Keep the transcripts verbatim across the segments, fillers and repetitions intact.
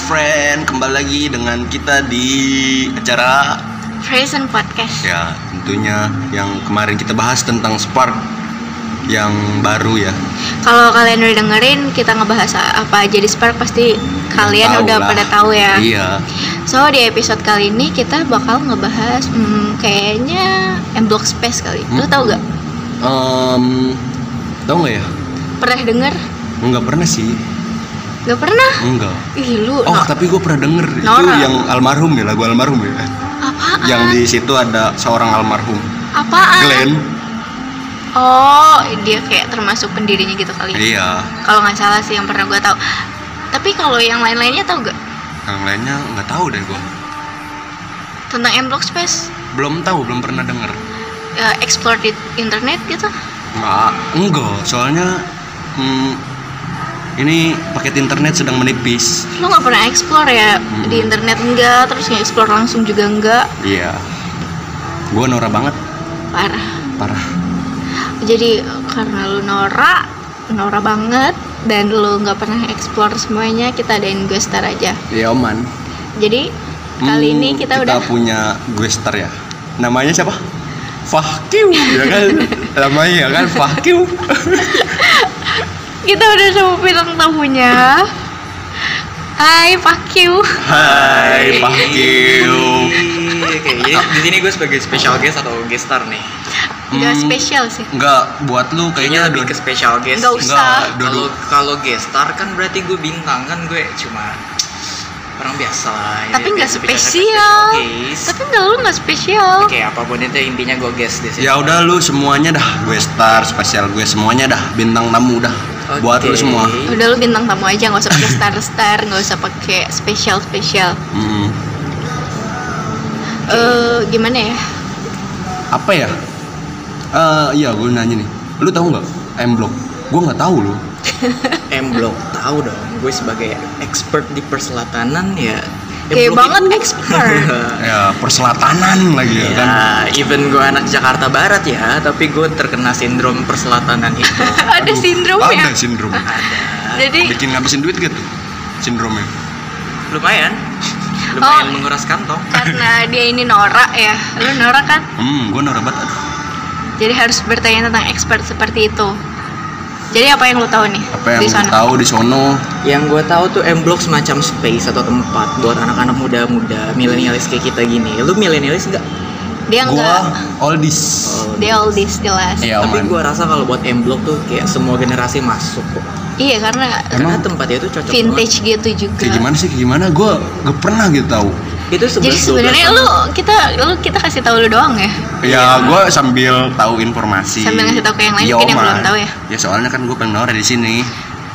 friend, kembali lagi dengan kita di acara Present Podcast. Ya, tentunya yang kemarin kita bahas tentang Spark yang baru ya. Kalau kalian udah dengerin kita ngebahas apa aja di Spark, pasti kalian Tahu udah lah. pada tahu ya. Iya. So di episode kali ini kita bakal ngebahas hmm, kayaknya M-Block Space kali. Lo Hmm. tau gak? Um, tahu nggak ya? Pernah denger? Nggak pernah sih. Gak pernah? Enggak. Ih lu. Oh, no- tapi gue pernah denger itu Nora. yang almarhum ya, lagu almarhum ya. Apaan? Yang di situ ada seorang almarhum, Apaan? Glenn. Oh, dia kayak termasuk pendirinya gitu kali. Iya. Kalau nggak salah sih yang pernah gue tahu. Tapi kalau yang lain-lainnya tau gak Yang lainnya nggak tahu deh gue. tentang M-Block Space? Belum tahu, belum pernah denger. Ya, explore di internet gitu? Nggak, enggak. Soalnya hmm, ini paket internet sedang menipis. Lo nggak pernah explore ya Hmm. di internet enggak, terus nge-explore langsung juga enggak? Iya. Gue norak banget, Parah. parah. Jadi karena lu norak, norak banget, dan lu nggak pernah explore semuanya, kita adain gue star aja. Iya oman. Jadi kali Hmm, ini kita, udah punya gue star ya. Namanya siapa? Fahkiu, ya kan? Namanya ya kan Fahkiu. kita udah sama bintang tamunya. Hai Pak Q. Hai Fahkiu. Oke, jadi di sini gue sebagai special guest atau guest star nih. Nggak Hmm, spesial sih. Enggak, buat lu Kayaknya kayaknya lebih dua- ke special guest. Nggak usah. Enggak, Kalau dua- kalau guest star kan berarti gue bintang, kan gue cuma orang biasa lah. Jadi Tapi nggak biasa bicara ke spesial. special guest. Tapi nggak, lu nggak spesial. Oke, apapun itu intinya gue guest di sini. Ya udah lu semuanya dah, gue star, spesial gue semuanya dah, bintang tamu dah. Oke. Buat lu semua. Udah lu bintang tamu aja, nggak usah pakai star-star, nggak usah pakai spesial-spesial. Hmm, Eh gimana ya? apa ya? Eh iya, gue nanya nih. Lu tahu nggak M-Block? Gue nggak tahu lu. M-Block tahu dong. Gue sebagai expert di perselatanan ya. Kayak M-Block banget itu- expert. Ya, perselatanan lagi ya, Ya, kan. even gue anak Jakarta Barat ya, tapi gue terkena sindrom perselatanan itu. Ada Aduh, sindrom ada ya. sindrom. Ada. Jadi Bikin ngabisin duit gitu. Sindromnya. Lumayan. Oh. Lumayan menguras kantong. karena dia ini norak ya. Lu norak kan? Hmm, gue norak banget. Aduh. Jadi harus bertanya tentang expert seperti itu. Jadi apa yang lu tahu nih Apa yang di lu sana? tahu di sono? Yang gue tahu tuh M-Block semacam space atau tempat buat anak-anak muda-muda, milenialis kayak kita gini. Lu milenialis enggak? Dia Gua enggak. oldies. Dia oldies jelas. Iya, Tapi Oman. gue rasa kalau buat M-Block tuh kayak semua generasi masuk kok. Iya, karena Karena Emang tempatnya itu cocok vintage gitu juga. Kayak gimana sih? Kayak gimana? Gue gak pernah gitu tahu. banget. Itu Jadi sebenarnya lu kita lu kita kasih tahu lu doang ya. Ya, gue sambil tahu informasi. Sambil ngasih tahu ke yang lain, Iya, mungkin yang Oman. belum tahu ya. Ya soalnya kan gue pengen norak di sini.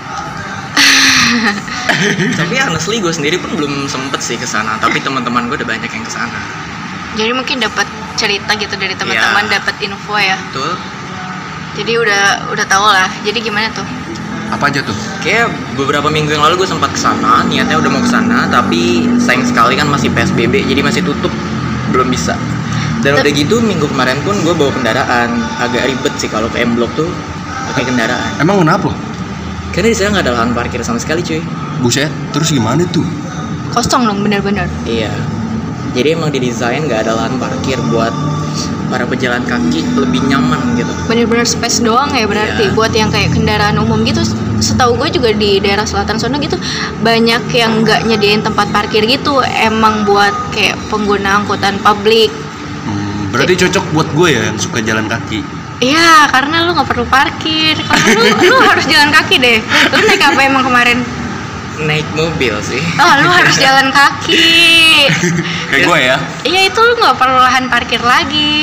Tapi honestly gue sendiri pun belum sempet sih ke sana, tapi teman-teman gue udah banyak yang ke sana. Jadi mungkin dapat cerita gitu dari teman-teman, Iya. dapat info ya. Betul. Jadi udah udah tahu lah. Jadi gimana tuh? Apa aja tuh? Kayak beberapa minggu yang lalu gue sempat ke sana, niatnya udah mau ke sana, tapi sayang sekali kan masih P S B B, jadi masih tutup, belum bisa. Dan Tep- udah gitu minggu kemarin pun gue bawa kendaraan, agak ribet sih kalau ke M-Block tuh pakai kendaraan. Emang kenapa? Karena di sana nggak ada lahan parkir sama sekali cuy. Buset, terus gimana tuh? Kosong dong bener-bener. Iya. Jadi emang didesain nggak ada lahan parkir buat para pejalan kaki lebih nyaman gitu. Bener-bener space doang ya berarti. Iya. Buat yang kayak kendaraan umum gitu. Setahu gue juga di daerah selatan sana gitu banyak yang nggak nyediain tempat parkir gitu. Emang buat kayak pengguna angkutan publik. Hmm, berarti cocok buat gue ya yang suka jalan kaki. Iya, karena lu nggak perlu parkir. Kalau lu, lu harus jalan kaki deh. Lu naik apa emang kemarin? Naik mobil sih. Oh, lu harus jalan kaki. Kayak gue ya. Iya, itu lu nggak perlu lahan parkir lagi.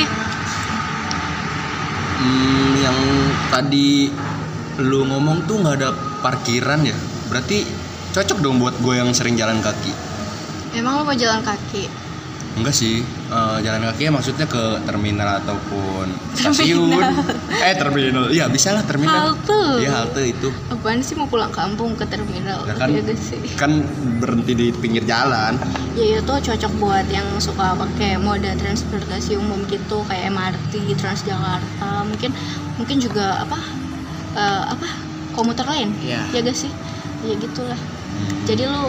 Hmm, yang tadi lu ngomong tuh nggak ada parkiran ya. Berarti cocok dong buat gue yang sering jalan kaki. Emang lu mau jalan kaki? Enggak sih, eh, jalan kaki maksudnya ke terminal ataupun stasiun. Eh terminal, iya bisa lah terminal. Halte. Iya halte itu. Apaan sih mau pulang kampung ke terminal? Ya kan, Iya gak sih? kan berhenti di pinggir jalan. Ya itu cocok buat yang suka pakai moda transportasi umum gitu kayak M R T, Transjakarta, mungkin mungkin juga apa eh, apa komuter lain. Iya. Ya gak sih? Ya gitulah. Hmm. Jadi lu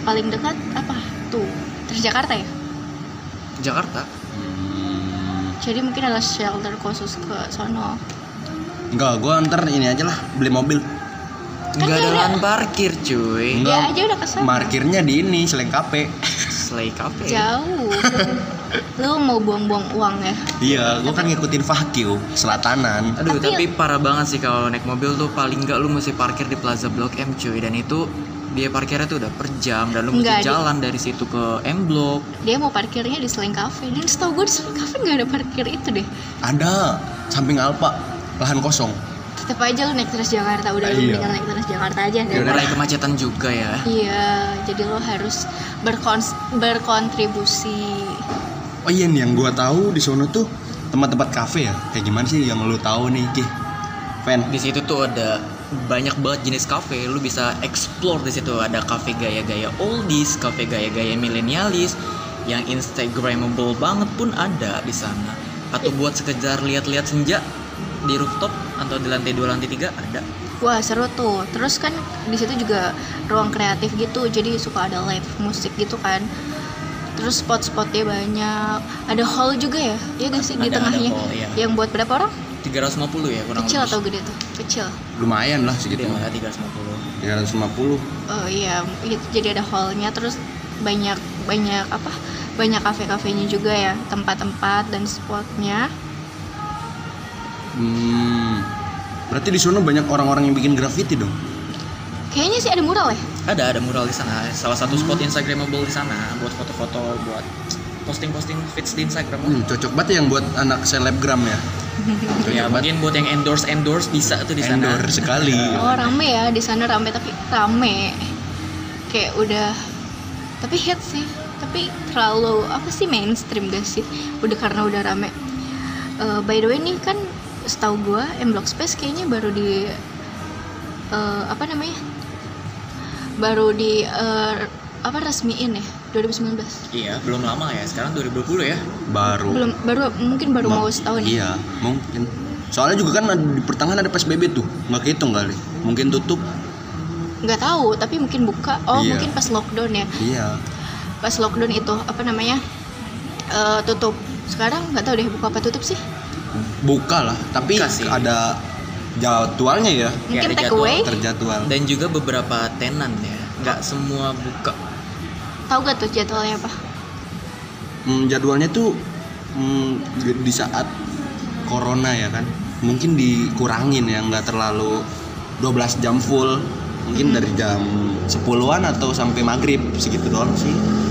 paling dekat apa tuh? Transjakarta ya? Jakarta. Jadi mungkin ada shelter khusus ke sono. Enggak, gue ntar ini aja lah, beli mobil. Nggak Kan ada ada. lahan parkir cuy. Enggak. Ya aja udah kesana. Parkirnya di ini, Seleng Kape. Slay Cafe. Jauh. Lu mau buang-buang uang ya? Iya, gue kan ngikutin Fakyu, selatanan. Aduh, Tapi- tapi, parah banget sih kalau naik mobil tuh paling nggak lu mesti parkir di Plaza Blok M cuy, dan itu biaya parkirnya tuh udah per jam dan lu Nggak, mesti di- jalan dari situ ke M Block. Dia mau parkirnya di Seleng Cafe. Dan setahu gue di Seleng Cafe nggak ada parkir itu deh. Ada, samping Alpa, lahan kosong. Tetep aja lu naik Transjakarta, udah lu Iya. mendingan naik Transjakarta aja Dan daripada- mulai kemacetan juga ya. Iya, jadi lo harus berkons- berkontribusi. Oh iya nih, yang gue tahu di sono tuh tempat-tempat kafe ya. Kayak gimana sih yang lu tahu nih, Ki? Fan. Di situ tuh ada banyak banget jenis kafe, lu bisa explore di situ. Ada kafe gaya-gaya oldies, kafe gaya-gaya milenialis, yang instagramable banget pun ada di sana. Atau buat sekedar lihat-lihat senja di rooftop atau di lantai dua, lantai tiga ada. Wah seru tuh. Terus kan di situ juga ruang kreatif gitu, jadi suka ada live musik gitu kan. Terus spot-spotnya banyak. Ada hall juga ya? Iya gak sih di Ada- ada tengahnya? hall, iya. Yang buat berapa orang? tiga ratus lima puluh ya kurang Kecil lebih. atau gede tuh? Kecil. Lumayan lah segitu. Iya, tiga ratus lima puluh. tiga ratus lima puluh. Oh iya, itu jadi ada hallnya. Terus banyak banyak apa? Banyak kafe-kafenya juga ya, tempat-tempat dan spotnya. Hmm. Berarti di sono banyak orang-orang yang bikin graffiti dong. Kayaknya sih ada mural ya. Ada ada mural di sana. Salah satu spot instagramable di sana buat foto-foto, buat posting-posting feeds di Instagram. Hmm, cocok banget ya yang buat anak selebgram ya. Ya mungkin buat yang endorse endorse bisa tuh di sana. Endorse sekali. Oh rame ya di sana, rame tapi rame. Kayak udah, tapi hit sih. Tapi terlalu apa sih, mainstream gak sih? Udah karena udah rame. Eh, by the way nih kan setahu gua M Block Space kayaknya baru di eh, apa namanya? Baru di eh, apa resmiin ya dua ribu sembilan belas. Iya, belum lama ya. Sekarang dua ribu dua puluh ya. Baru. Belum, baru mungkin baru Ma- mau setahun ya. Iya, mungkin. Soalnya juga kan ada- di pertengahan ada P S B B tuh, nggak kehitung kali. Mungkin tutup. Nggak tahu, tapi mungkin buka. Oh Iya. mungkin pas lockdown ya. Iya. Pas lockdown itu apa namanya? Eh, tutup. Sekarang nggak tahu deh buka apa tutup sih. Buka lah, tapi Buka sih. ada jadwalnya ya, Mungkin ada take jadwal. away. terjadwal. Dan juga beberapa tenan ya. Nggak semua buka. Tahu gak tuh jadwalnya apa? Hmm, jadwalnya tuh hmm, di- di saat corona ya kan, mungkin dikurangin ya, nggak terlalu dua belas jam full. Mungkin Hmm. dari jam sepuluhan atau sampai maghrib, segitu doang sih.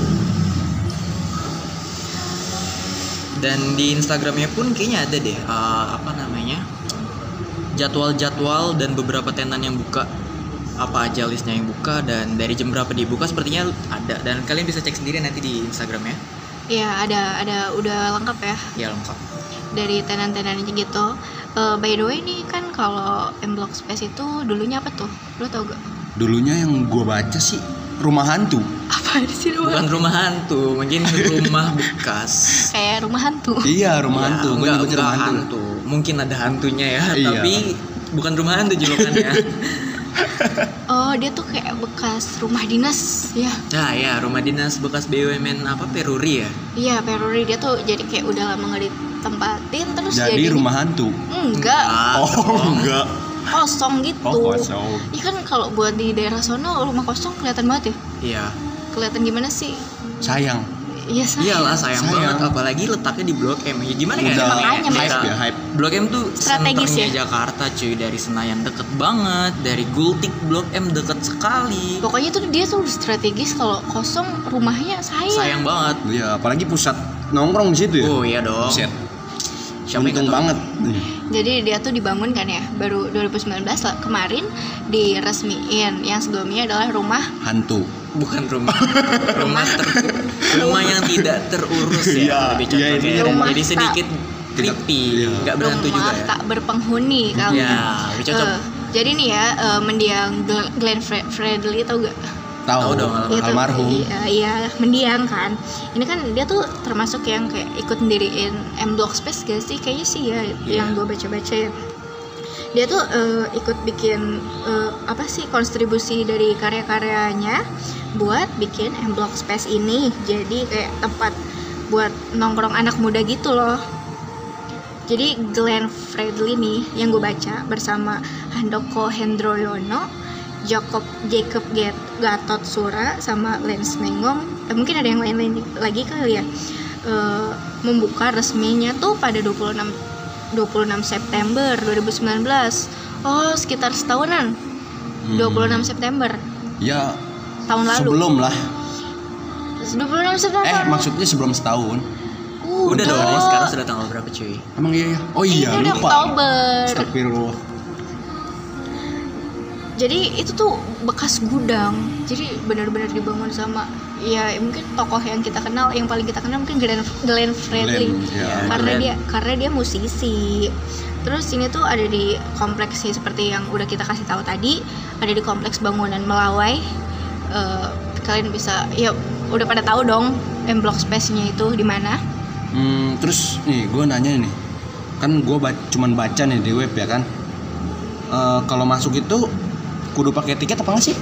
Dan di Instagramnya pun kayaknya ada deh eh, apa namanya, jadwal-jadwal dan beberapa tenan yang buka, apa aja listnya yang buka dan dari jam berapa dibuka sepertinya ada, dan kalian bisa cek sendiri nanti di Instagramnya. Iya ada ada udah lengkap ya Ya lengkap. dari tenan-tenannya gitu. Eh, by the way nih kan kalau M Block Space itu dulunya apa tuh? Lo tau gak? Dulunya yang gua baca sih rumah hantu. Apa sih Bukan rumah? rumah hantu, mungkin rumah bekas. Kayak rumah hantu. Iya, rumah Ya, hantu. Gua enggak, nyebutnya enggak rumah hantu. hantu. Mungkin ada hantunya ya, Iya. tapi bukan rumah hantu julukannya. Oh dia tuh kayak bekas rumah dinas ya. Nah ya, rumah dinas bekas B U M N apa Peruri ya. Iya Peruri, dia tuh jadi kayak udah lama nggak ditempatin terus Jadi jadinya- rumah hantu. enggak Ah, Oh, dong. enggak. kosong gitu. Oh, kosong. Iya kan kalau buat di daerah sono rumah kosong kelihatan banget ya. Iya. Kelihatan gimana sih? Sayang. Iya sayang. Iyalah sayang, Sayang. banget, apalagi letaknya di Blok M. Ya gimana ya? Udah makanya, hype Kita- ya, hype. Blok M tuh Strategis senternya ya? Jakarta cuy, dari Senayan deket banget, dari Gultik Blok M deket sekali. Pokoknya tuh dia tuh strategis, kalau kosong rumahnya sayang. Sayang banget. Iya, apalagi pusat nongkrong di situ ya. Oh iya dong. Buset. Siapa yang Untung nggak tahu? banget. Jadi dia tuh dibangun kan ya, baru dua ribu sembilan belas lah, kemarin diresmiin. Yang sebelumnya adalah rumah Hantu. Bukan rumah, rumah ter, rumah yang tidak terurus ya, Iya, lebih iya, cocoknya. ini rumah Jadi tak- sedikit Tidak- creepy, iya. nggak berhantu rumah juga ya. tak berpenghuni kali. Ya, lebih cocok. Eh, jadi nih ya, eh, mendiang Gl- Glenn Fre- Fredly tau gak? Tahu Tahu dong, Iya tuh, almarhum. Iya, iya, mendiang kan. Ini kan dia tuh termasuk yang kayak ikut ndiriin M Block Space gak sih? Kayaknya sih ya, Iya. yang gue baca-baca ya. Dia tuh uh, ikut bikin uh, apa sih kontribusi dari karya-karyanya buat bikin M Block Space ini. Jadi kayak tempat buat nongkrong anak muda gitu loh. Jadi Glenn Fredly nih yang gue baca bersama Handoko Hendroyono, Jacob Jacob Gatot Sura sama Lance Mengong, eh, mungkin ada yang lain-lain lagi kali ya, uh, membuka resminya tuh pada dua puluh enam September dua ribu sembilan belas. Oh, sekitar setahunan. hmm. dua puluh enam September. Ya, tahun lalu. Sebelum lah. dua puluh enam September. Eh, maksudnya sebelum setahun. Uh, udah dong, udah. sekarang sudah tanggal berapa cuy? Emang iya ya? Oh iya, ini lupa. Oktober. Astagfirullah. Jadi itu tuh bekas gudang. Jadi benar-benar dibangun sama ya mungkin tokoh yang kita kenal, yang paling kita kenal mungkin Glenn, Glenn Fredly. Glenn, ya. Karena Glenn. dia karena dia musisi. Terus ini tuh ada di kompleks sih seperti yang udah kita kasih tahu tadi, ada di kompleks bangunan Melawai. Uh, kalian bisa ya udah pada tahu dong M Block Space-nya itu di mana. Hmm, terus nih gue nanya nih, kan gue ba- cuman baca nih di web ya kan, uh, kalau masuk itu kudu pakai tiket apa nggak sih?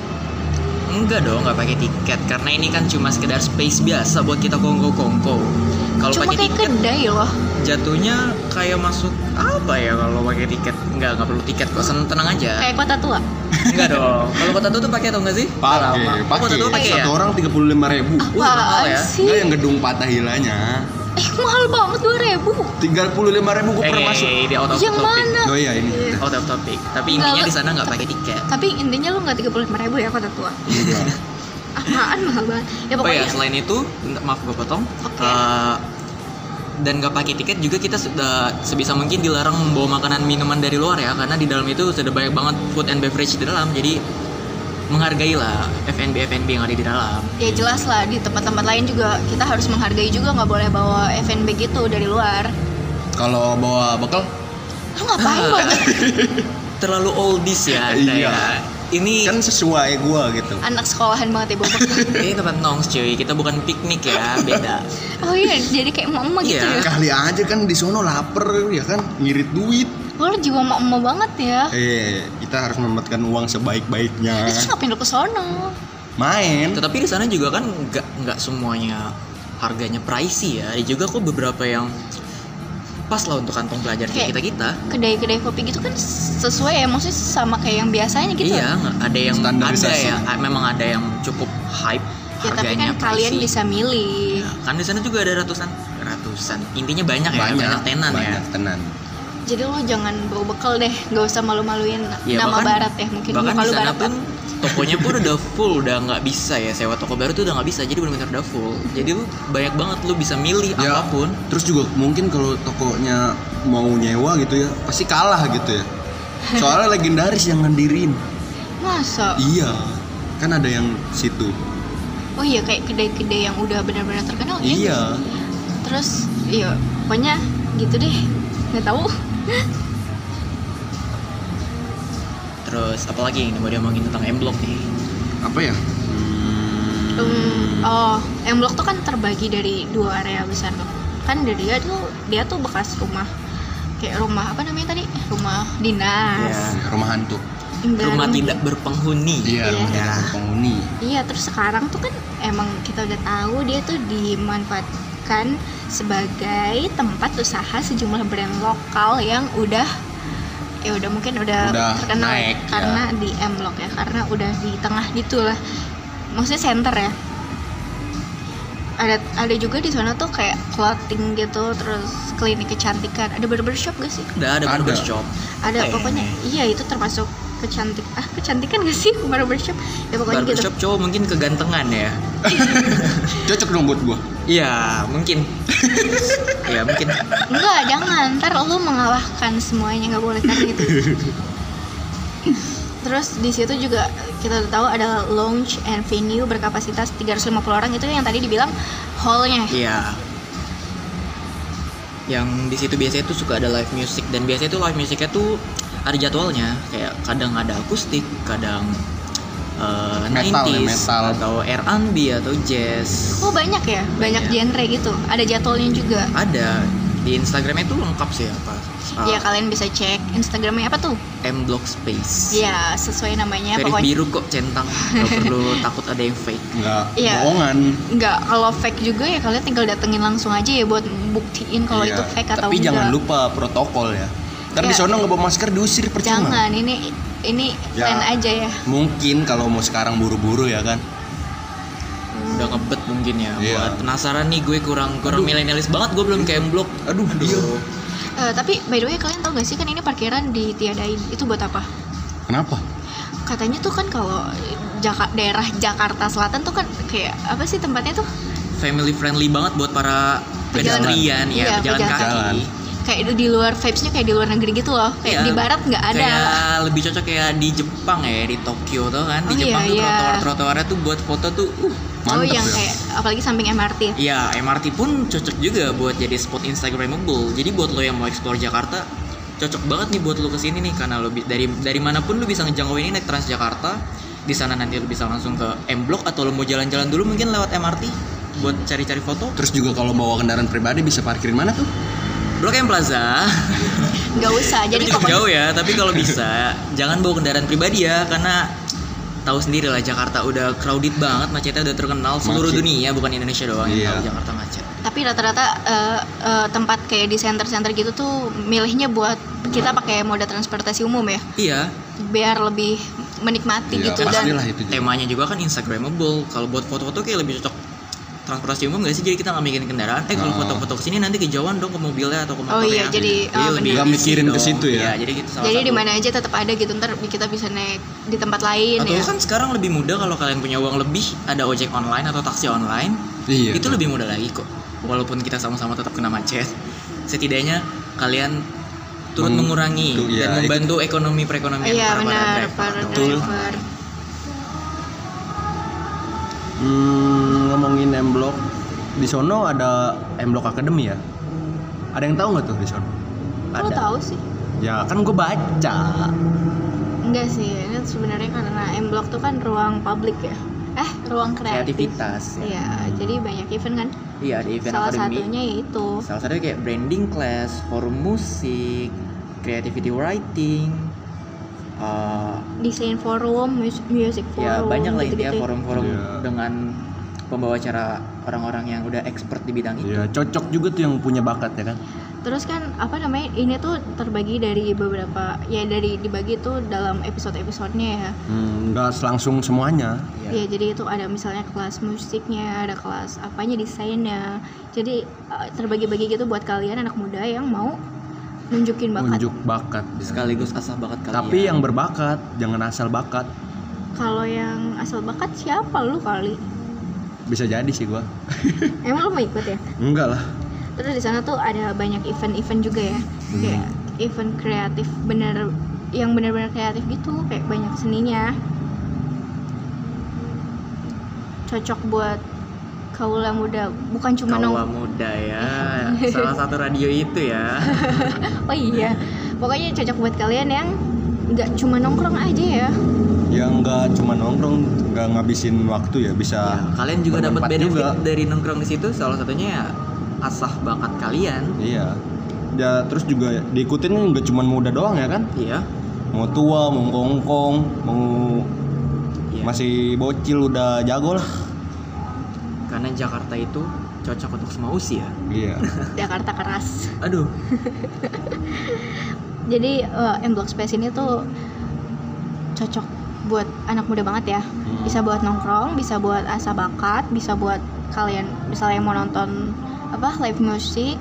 Enggak dong, nggak pakai tiket karena ini kan cuma sekedar space biasa buat kita kongko-kongko. Kalau Cuma pakai kayak tiket kedai loh. jatuhnya kayak masuk apa ya kalau pakai tiket? Enggak, nggak perlu tiket kok, seneng tenang aja. Kayak kota tua. Enggak dong. Kalau kota tua tuh pakai atau enggak sih? Pakai, Oh, kota tua pakai ya? Satu orang tiga puluh lima ribu. Uh, mahal ya. Apaan sih? Enggak yang gedung Patahilanya. Eh mahal banget dua ribu. tiga puluh lima ribu gue Eh, pernah masuk. di out of Yang topic. mana? Oh iya ini. Out of topic. Tapi Enggak, intinya lo- di sana nggak pakai tiket. Tapi intinya lu nggak tiga puluh lima ribu ya kota tua. Enggak. Apaan mahal banget. Ya Oh pokoknya. ya, selain itu, maaf gue potong. Oke. Eh, dan nggak pakai tiket juga kita sudah sebisa mungkin dilarang membawa makanan minuman dari luar ya, karena di dalam itu sudah banyak banget food and beverage di dalam. Jadi menghargailah F and B F and B yang ada di dalam. Ya jelas lah di tempat-tempat lain juga kita harus menghargai juga, nggak boleh bawa F and B gitu dari luar. Kalau bawa bekal, Lu ngapain Ah. bawa Terlalu oldies ya Anda Iya. ya. Ini kan sesuai gue gitu. anak sekolahan banget ya bawa bekal. ini tempat nongs cuy, kita bukan piknik ya, beda. Oh iya jadi kayak emak-emak gitu Iya. ya. Kali aja kan di sono lapar ya kan, ngirit duit. Oh, lu jiwa emak-emak banget ya. Eh, kita harus mendapatkan uang sebaik-baiknya. Terus ngapain lu ke sono? Main. Tetapi di sana juga kan nggak nggak semuanya harganya pricey ya. Ada juga kok beberapa yang pas lah untuk kantong pelajar kayak Kayak- kita kita. Kedai-kedai kopi gitu kan sesuai ya, maksudnya sama kayak yang biasanya gitu. Iya, nggak- ada yang ada Standarisasi. ya, a- memang ada yang cukup hype Ya tapi harganya kan kalian pricey. bisa milih. Ya, kan di sana juga ada ratusan ratusan. Intinya banyak ya, banyak, tenan banyak ya. tenan. Jadi lu jangan bawa bekal deh, nggak usah malu-maluin Ya, nama bahkan- barat ya, mungkin Bahkan muka di lu sana barat pun Pak. tokonya pun udah full, udah nggak bisa ya, sewa toko baru tuh udah nggak bisa, jadi benar-benar udah full. Jadi lu banyak banget lu bisa milih Ya, apapun. terus juga mungkin kalau tokonya mau nyewa gitu ya, pasti kalah gitu ya. Soalnya legendaris yang ngedirin. Masa? Iya, kan ada yang situ. Oh iya kayak kedai-kedai yang udah benar-benar terkenal ya. Iya. Terus iya pokoknya gitu deh, nggak tahu. Terus apalagi yang mau diomongin tentang M Block nih? Apa ya? Hmm, Um, oh, M Block tuh kan terbagi dari dua area besar tuh. Kan dari dia tuh dia tuh bekas rumah kayak rumah apa namanya tadi? Rumah dinas. Iya. rumah hantu. Enggak, Rumah tidak berpenghuni. Iya, rumah Iya. tidak berpenghuni. Iya, terus sekarang tuh kan emang kita udah tahu dia tuh dimanfaatkan sebagai tempat usaha sejumlah brand lokal yang udah ya udah mungkin udah, Udah terkenal ya, naik, ya. karena di M Block ya, karena udah di tengah gitu lah. Maksudnya center ya. Ada ada juga di sana tuh kayak clothing gitu, terus klinik kecantikan. Ada barbershop gak sih? Udah ada Ada. barbershop. Ada Apa ya pokoknya. ini? Iya, itu termasuk kecantik ah kecantikan gak sih barbershop? Ya pokoknya gitu. Barbershop cowok mungkin kegantengan ya. Cocok dong buat gua. Iya, mungkin. Iya, mungkin. Enggak, jangan. Ntar lu mengalahkan semuanya, nggak boleh kan gitu. Terus di situ juga kita udah tahu ada lounge and venue berkapasitas tiga ratus lima puluh orang, itu yang tadi dibilang hallnya. Iya. Yang di situ biasanya tuh suka ada live music, dan biasanya tuh live musicnya tuh ada jadwalnya. Kayak kadang ada akustik, kadang uh, Metal ya, nineties, metal. atau R and B atau jazz. Oh banyak ya, banyak Banyak. genre gitu. Ada jadwalnya juga. Ada di Instagramnya tuh lengkap sih apa Ah. Ya kalian bisa cek Instagramnya apa tuh? M Block Space. Ya sesuai namanya Verif pokoknya. biru kok, centang. Gak perlu takut ada yang fake. Nggak Iya. bohongan. Nggak, kalau fake juga ya kalian tinggal datengin langsung aja ya buat buktiin kalau Iya. itu fake atau Tapi enggak. jangan lupa protokol ya. Ntar di Iya. sono nggak bawa masker diusir percuma. Jangan, ini ini Ya. plan aja ya. Mungkin kalau mau sekarang buru-buru ya kan. Udah ngebet mungkin ya. Iya. Buat penasaran nih, gue kurang kurang milenialis banget. Gue belum ke M Block. Aduh, iya. Eh, tapi by the way kalian tau gak sih kan ini parkiran ditiadain, itu buat apa? Kenapa? Katanya tuh kan kalau Jaka- daerah Jakarta Selatan tuh kan kayak apa sih tempatnya tuh? Family friendly banget buat para Pejalan- pedestrian iya, ya, pejalan pejalan kaki. kaki. Kayak itu di luar vibes-nya kayak di luar negeri gitu loh. Kayak Iya, di barat nggak ada. Kayak lebih cocok kayak di Jepang ya, di Tokyo tuh kan. Di Oh, Jepang iya, tuh iya. trotoar-trotoarnya tuh buat foto tuh uh. Oh Mantep yang ya. kayak apalagi samping M R T. Iya, M R T pun cocok juga buat jadi spot Instagramable. Jadi buat lo yang mau explore Jakarta, cocok banget nih buat lo kesini nih, karena lo bi- dari dari manapun lo bisa ngejangkau ini naik Transjakarta. Di sana nanti lo bisa langsung ke M Block, atau lo mau jalan-jalan dulu mungkin lewat M R T buat cari-cari foto. Terus juga kalau bawa kendaraan pribadi bisa parkirin mana tuh? Blok M Plaza. Nggak usah. Jadi Jadi cukup pokoknya jauh ya, tapi kalau bisa jangan bawa kendaraan pribadi ya, karena tahu sendiri lah Jakarta udah crowded banget, macetnya udah terkenal seluruh Macet. dunia, bukan Indonesia doang yang Iya. tahu Jakarta macet. tapi rata-rata eh, eh, tempat kayak di center-center gitu tuh milihnya buat kita pakai moda transportasi umum ya, Iya, biar lebih menikmati Iya, gitu dan pastilah itu juga. temanya juga kan Instagramable. Kalau buat foto-foto kayak lebih cocok transportasi umum gak sih? Jadi kita nggak mikirin kendaraan. Eh kalau Oh. foto-foto kesini nanti kejauhan dong ke mobilnya atau ke Oh motornya. iya, jadi- oh, lebih benar. Nggak mikirin easy ke dong. situ ya? Iya, jadi gitu salah jadi satu. di mana aja tetap ada gitu, ntar kita bisa naik di tempat lain Atau ya. kan sekarang lebih mudah kalau kalian punya uang lebih, ada ojek online atau taksi online. Iya. Itu lebih mudah lagi kok. Walaupun kita sama-sama tetap kena macet, setidaknya kalian turut Meng- mengurangi tuh, iya, dan membantu ekonomi perekonomian Iya para benar, driver. para Betul. driver. Hmm, ngomongin M Block, di sono ada M Block Academy ya? Ada yang tahu nggak tuh di sono? Lo tahu sih? Ya kan gue baca. Enggak sih, ini sebenarnya karena M Block tuh kan ruang publik ya. Eh, ruang kreatif. Kreativitas. Ya. Iya, jadi banyak event kan. Iya, ada event Salah academy. satunya yaitu. Salah satunya kayak branding class, forum musik, creativity writing, uh, Desain forum, mus- music forum. ya banyak lah intinya gitu-gitu. forum-forum Iya. dengan pembawa acara orang-orang yang udah expert di bidang itu. Ya cocok juga tuh yang punya bakat ya kan? Terus kan apa namanya? Ini tuh terbagi dari beberapa ya dari dibagi tuh dalam episode-episodenya ya. Hmm, nggak langsung semuanya. Iya. Ya, jadi itu ada misalnya kelas musiknya, ada kelas apanya desainnya. Jadi uh, terbagi-bagi gitu buat kalian anak muda yang mau nunjukin bakat. Unjuk bakat. Sekaligus asah bakat kalian. Tapi yang berbakat, jangan asal bakat. Kalau yang asal bakat siapa lu kali? Bisa jadi sih gua. Emang lu mau ikut ya? Enggak lah. Terus di sana tuh ada banyak event-event juga ya. Hmm. Kayak event kreatif bener yang benar-benar kreatif gitu, kayak banyak seninya. Cocok buat kaula muda, bukan cuma Kaula nong. muda ya. Salah satu radio itu ya. Oh iya. Pokoknya cocok buat kalian yang nggak cuma nongkrong aja ya. Yang nggak cuma nongkrong, nggak ngabisin waktu ya, bisa. Ya, kalian juga dapat bermanfaat benefit juga. dari nongkrong di situ. Salah satunya ya asah bakat kalian. Iya. Ya terus juga diikutin nggak cuma muda doang ya kan? Iya. Mau tua, mau kongkong, mau Iya. masih bocil udah jago lah. Karena Jakarta itu cocok untuk semua usia. Iya. Jakarta keras. Aduh. Jadi eh, M Block Space ini tuh cocok buat anak muda banget ya. Hmm. Bisa buat nongkrong, bisa buat asah bakat, bisa buat kalian misalnya mau nonton apa live musik.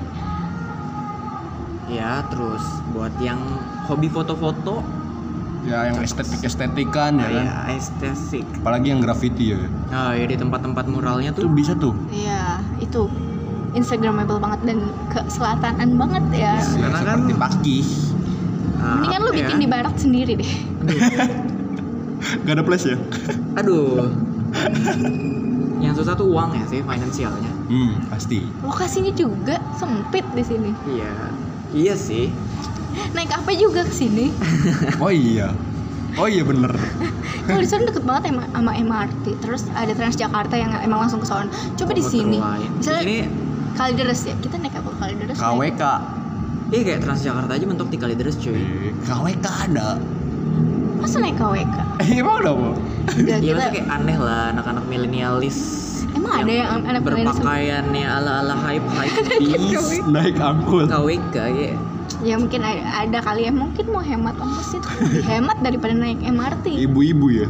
Ya, terus buat yang hobi foto-foto, Ya yang estetik-estetikan ya ah, kan. ya estetik. Apalagi yang graffiti ya. Nah, ya di tempat-tempat muralnya Itu tuh bisa tuh. Iya, itu Instagramable banget dan keselatanan banget ya. Iya. Karena kan- seperti Paki. ah, Mendingan lu apa bikin ya? di barat sendiri deh. Gak ada plus ya? Aduh. Yang susah tuh uang ya sih, finansialnya. Hmm, pasti. Lokasinya juga sempit di sini. Iya. Iya sih. Naik apa juga ke sini. Oh iya. Oh iya bener. Kalau di sana deket banget sama, sama M R T. Terus ada Transjakarta yang emang langsung ke sana. Coba di Komuter sini. lain. Misalnya Ini Kalideres ya. Kita naik apa Kalideres? K W K. Iya kayak Transjakarta aja mentok di Kalideres cuy. K W K ada. Masa naik K W K? Eh, emang ada apa? Gak, Iya kita masa kayak aneh lah anak-anak milenialis. emang ada yang anak milenialis berpakaiannya ala-ala hype hype beast. Naik angkut. K W K ya. ya mungkin ada, ada kali ya, mungkin mau hemat ongkos itu lebih hemat daripada naik M R T. Ibu-ibu ya.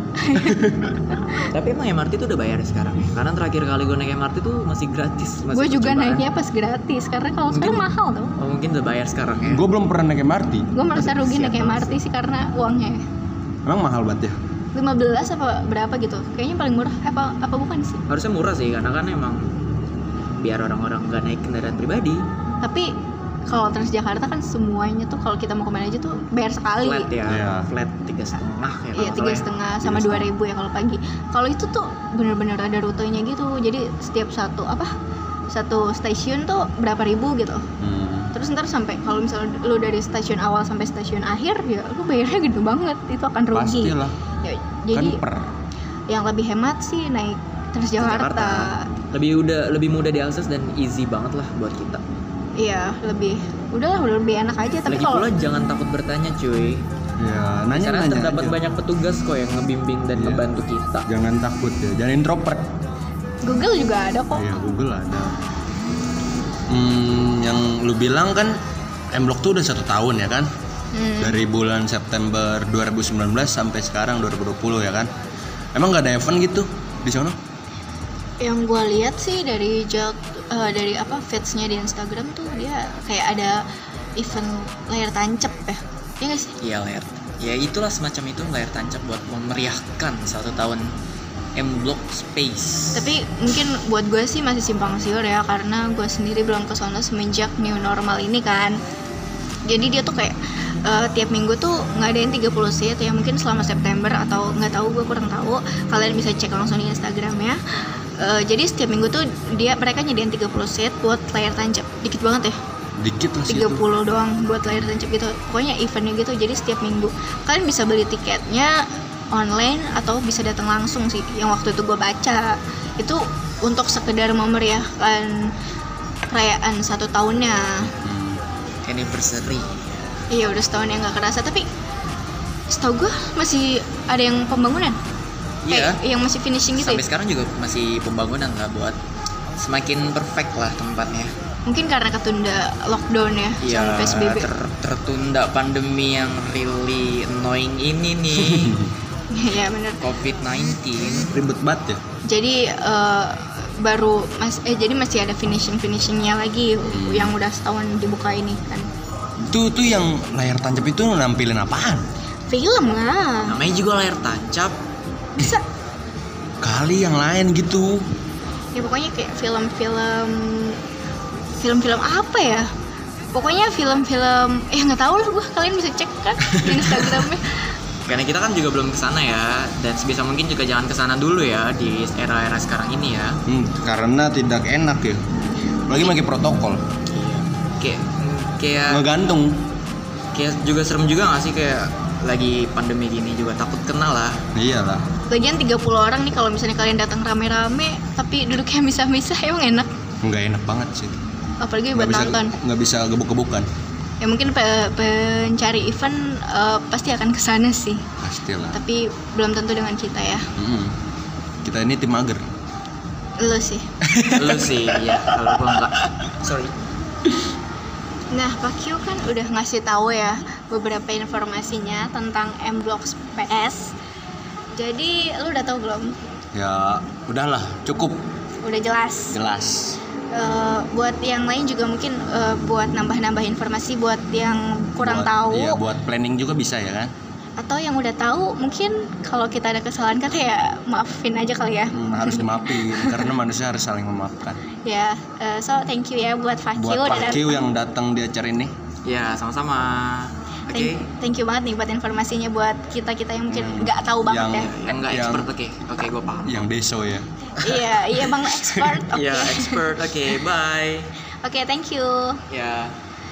Tapi emang M R T tuh udah bayar sekarang ya. Karena terakhir kali gue naik M R T tuh masih gratis. Gue juga naiknya pas gratis karena kalau sekarang mahal tuh. Oh mungkin udah bayar sekarang ya. Gue belum pernah naik M R T. Gue merasa rugi Siap naik M R T sih karena uangnya Emang mahal banget ya? lima belas apa berapa gitu. Kayaknya paling murah apa apa bukan sih? Harusnya murah sih karena kan emang biar orang-orang gak naik kendaraan pribadi. Tapi kalau Transjakarta kan semuanya tuh kalau kita mau kemana aja tuh bayar sekali. Flat ya, Iya. flat tiga setengah ya. Iya tiga setengah sama dua ribu ya kalau pagi. Kalau itu tuh bener-bener ada rutenya gitu. Jadi setiap satu apa satu stasiun tuh berapa ribu gitu. Hmm. Terus ntar sampai kalau misalnya lu dari stasiun awal sampai stasiun akhir ya lu bayarnya gede banget, itu akan rugi. Pastilah. Ya, Kan jadi per. yang lebih hemat sih naik Transjakarta. Lebih udah lebih mudah diakses dan easy banget lah buat kita. Iya lebih udahlah udah lebih enak aja. Tapi Lagi kalau pula jangan takut bertanya cuy. Ya, Karena nanya-nanya terdapat aja. banyak petugas kok yang ngebimbing dan Iya. ngebantu kita. Jangan takut ya. Jangan introvert. Google juga ada kok. Iya, Google ada. Hmm, yang lu bilang kan M-Block tuh udah satu tahun ya kan? Hmm. Dari bulan September dua ribu sembilan belas sampai sekarang dua ribu dua puluh ya kan? Emang nggak ada event gitu di sana? Yang gue lihat sih dari jad, eh, dari apa feedsnya di Instagram tuh dia kayak ada event layar tancap ya, ya nggak sih? Iya layar. Ya itulah semacam itu layar tancap buat memeriahkan satu tahun M-Block Space. Tapi mungkin buat gue sih masih simpang siur ya karena gue sendiri belum ke sana semenjak new normal ini kan. Jadi dia tuh kayak uh, tiap minggu tuh ngadain tiga puluh seat ya, mungkin selama September atau nggak tahu, gue kurang tahu. Kalian bisa cek langsung di Instagram ya. Uh, jadi setiap minggu tuh dia mereka nyediain tiga puluh seat buat layar tancap. Dikit banget ya. Dikit lah sih tiga itu. puluh doang buat layar tancap gitu. Pokoknya eventnya gitu. Jadi setiap minggu kalian bisa beli tiketnya online atau bisa datang langsung sih. Yang waktu itu gue baca itu untuk sekedar memeriahkan perayaan satu tahunnya. Hmm. Anniversary. Iya udah setahun yang nggak kerasa, tapi setahu gue masih ada yang pembangunan. Iya. Kayak yang masih finishing gitu. Sampai Ya? sekarang juga masih pembangunan lah buat semakin perfect lah tempatnya. Mungkin karena ketunda lockdown ya Iya, sama P S B B. ter- tertunda pandemi yang really annoying ini nih. Iya benar. covid sembilan belas. Ribet banget ya. Jadi eh, baru mas eh jadi masih ada finishing finishingnya lagi Hmm. yang udah setahun dibuka ini kan. Itu tuh yang layar tancap itu nampilin apaan? Film lah. Namanya juga layar tancap. Bisa. Kali yang lain gitu. Ya pokoknya kayak film-film film-film apa ya? Pokoknya film-film eh nggak tahu lah gue, kalian bisa cek kan di Instagramnya. Karena kita kan juga belum kesana ya, dan sebisa mungkin juga jangan kesana dulu ya di era-era sekarang ini ya. Hmm, karena tidak enak ya. Lagi pakai protokol. Kayak kayak Ngegantung. kayak juga serem juga nggak sih kayak lagi pandemi gini juga takut kena lah. Iyalah. Lagian tiga puluh orang nih kalau misalnya kalian datang rame-rame tapi duduknya misah-misah emang enak. Nggak enak banget sih. Apalagi Nggak buat bisa nonton. nggak bisa gebuk-gebukan. Ya mungkin pe- pencari event eh, pasti akan kesana sih. Pastilah. Tapi belum tentu dengan kita ya. Mm-mm. Kita ini tim mager. Lo sih. Lu sih ya, kalau gua enggak. Sorry. Nah, Pak Q kan udah ngasih tahu ya beberapa informasinya tentang M-Block P S. Jadi, lu udah tahu belum? Ya udahlah, cukup Udah jelas. jelas. Eh, buat yang lain juga mungkin eh, buat nambah-nambah informasi buat yang kurang Buat- tahu Iya, buat planning juga bisa ya kan. atau yang udah tahu mungkin kalau kita ada kesalahan kata ya maafin aja kali ya. Hmm, harus dimaafin karena manusia harus saling memaafkan. Ya, eh, so thank you ya buat Pak Q Buat udah Pak Q datang. yang datang di acara ini. Ya, sama-sama. Oke. Thank, thank you banget nih buat informasinya buat kita-kita yang mungkin Hmm. nggak tahu banget Yang- ya. Yang enggak Yang- expert oke. Oke, gua paham. Yang deso ya. Iya, iya Bang expert. Oke. Iya, expert. Oke, bye. Oke, thank you. Ya.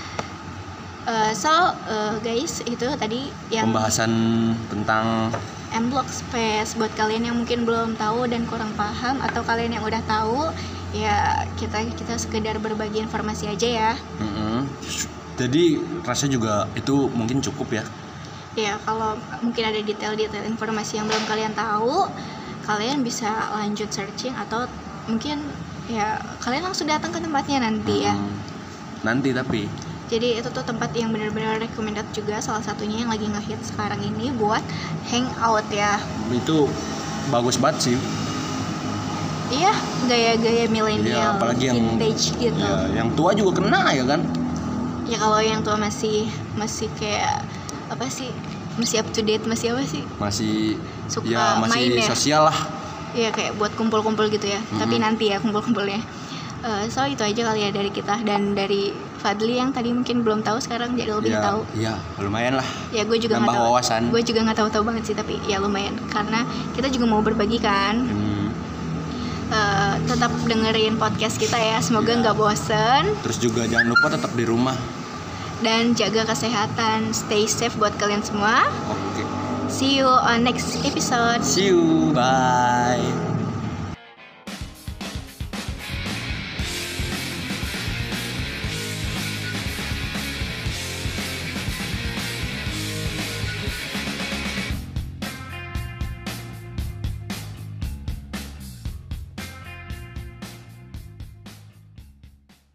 Eh, so eh, guys, itu tadi yang Pembahasan tentang M-Block Space buat kalian yang mungkin belum tahu dan kurang paham atau kalian yang udah tahu, ya kita kita sekedar berbagi informasi aja ya. mm-mm. Jadi rasa juga itu mungkin cukup ya. Ya kalau mungkin ada detail-detail informasi yang belum kalian tahu, kalian bisa lanjut searching atau mungkin ya kalian langsung datang ke tempatnya nanti ya. Hmm, nanti tapi Jadi itu tuh tempat yang benar-benar recommended juga, salah satunya yang lagi nge-hit sekarang ini buat hangout ya. itu bagus banget sih. Iya, gaya-gaya Iya, milenial, apalagi yang vintage gitu. ya, yang tua juga kena ya kan. Ya kalau yang tua masih masih kayak apa sih? Masih up to date, masih apa sih? Masih Suka ya masih main ya. sosial lah. Iya kayak buat kumpul-kumpul gitu ya. Mm-hmm. Tapi nanti ya kumpul-kumpulnya. Uh, so itu aja kali ya dari kita dan dari Fadli yang tadi mungkin belum tahu, sekarang jadi lebih Ya, tahu. iya, lumayan lah. Ya gue juga Nambah nggak tahu. wawasan. Gue juga nggak tahu-tahu banget sih, tapi ya lumayan karena kita juga mau berbagi kan. Hmm, Uh, tetap dengerin podcast kita ya. Semoga Iya. nggak bosen terus juga jangan lupa tetap di rumah. dan jaga kesehatan. Stay safe buat kalian semua. Oke. See you on next episode. See you. Bye.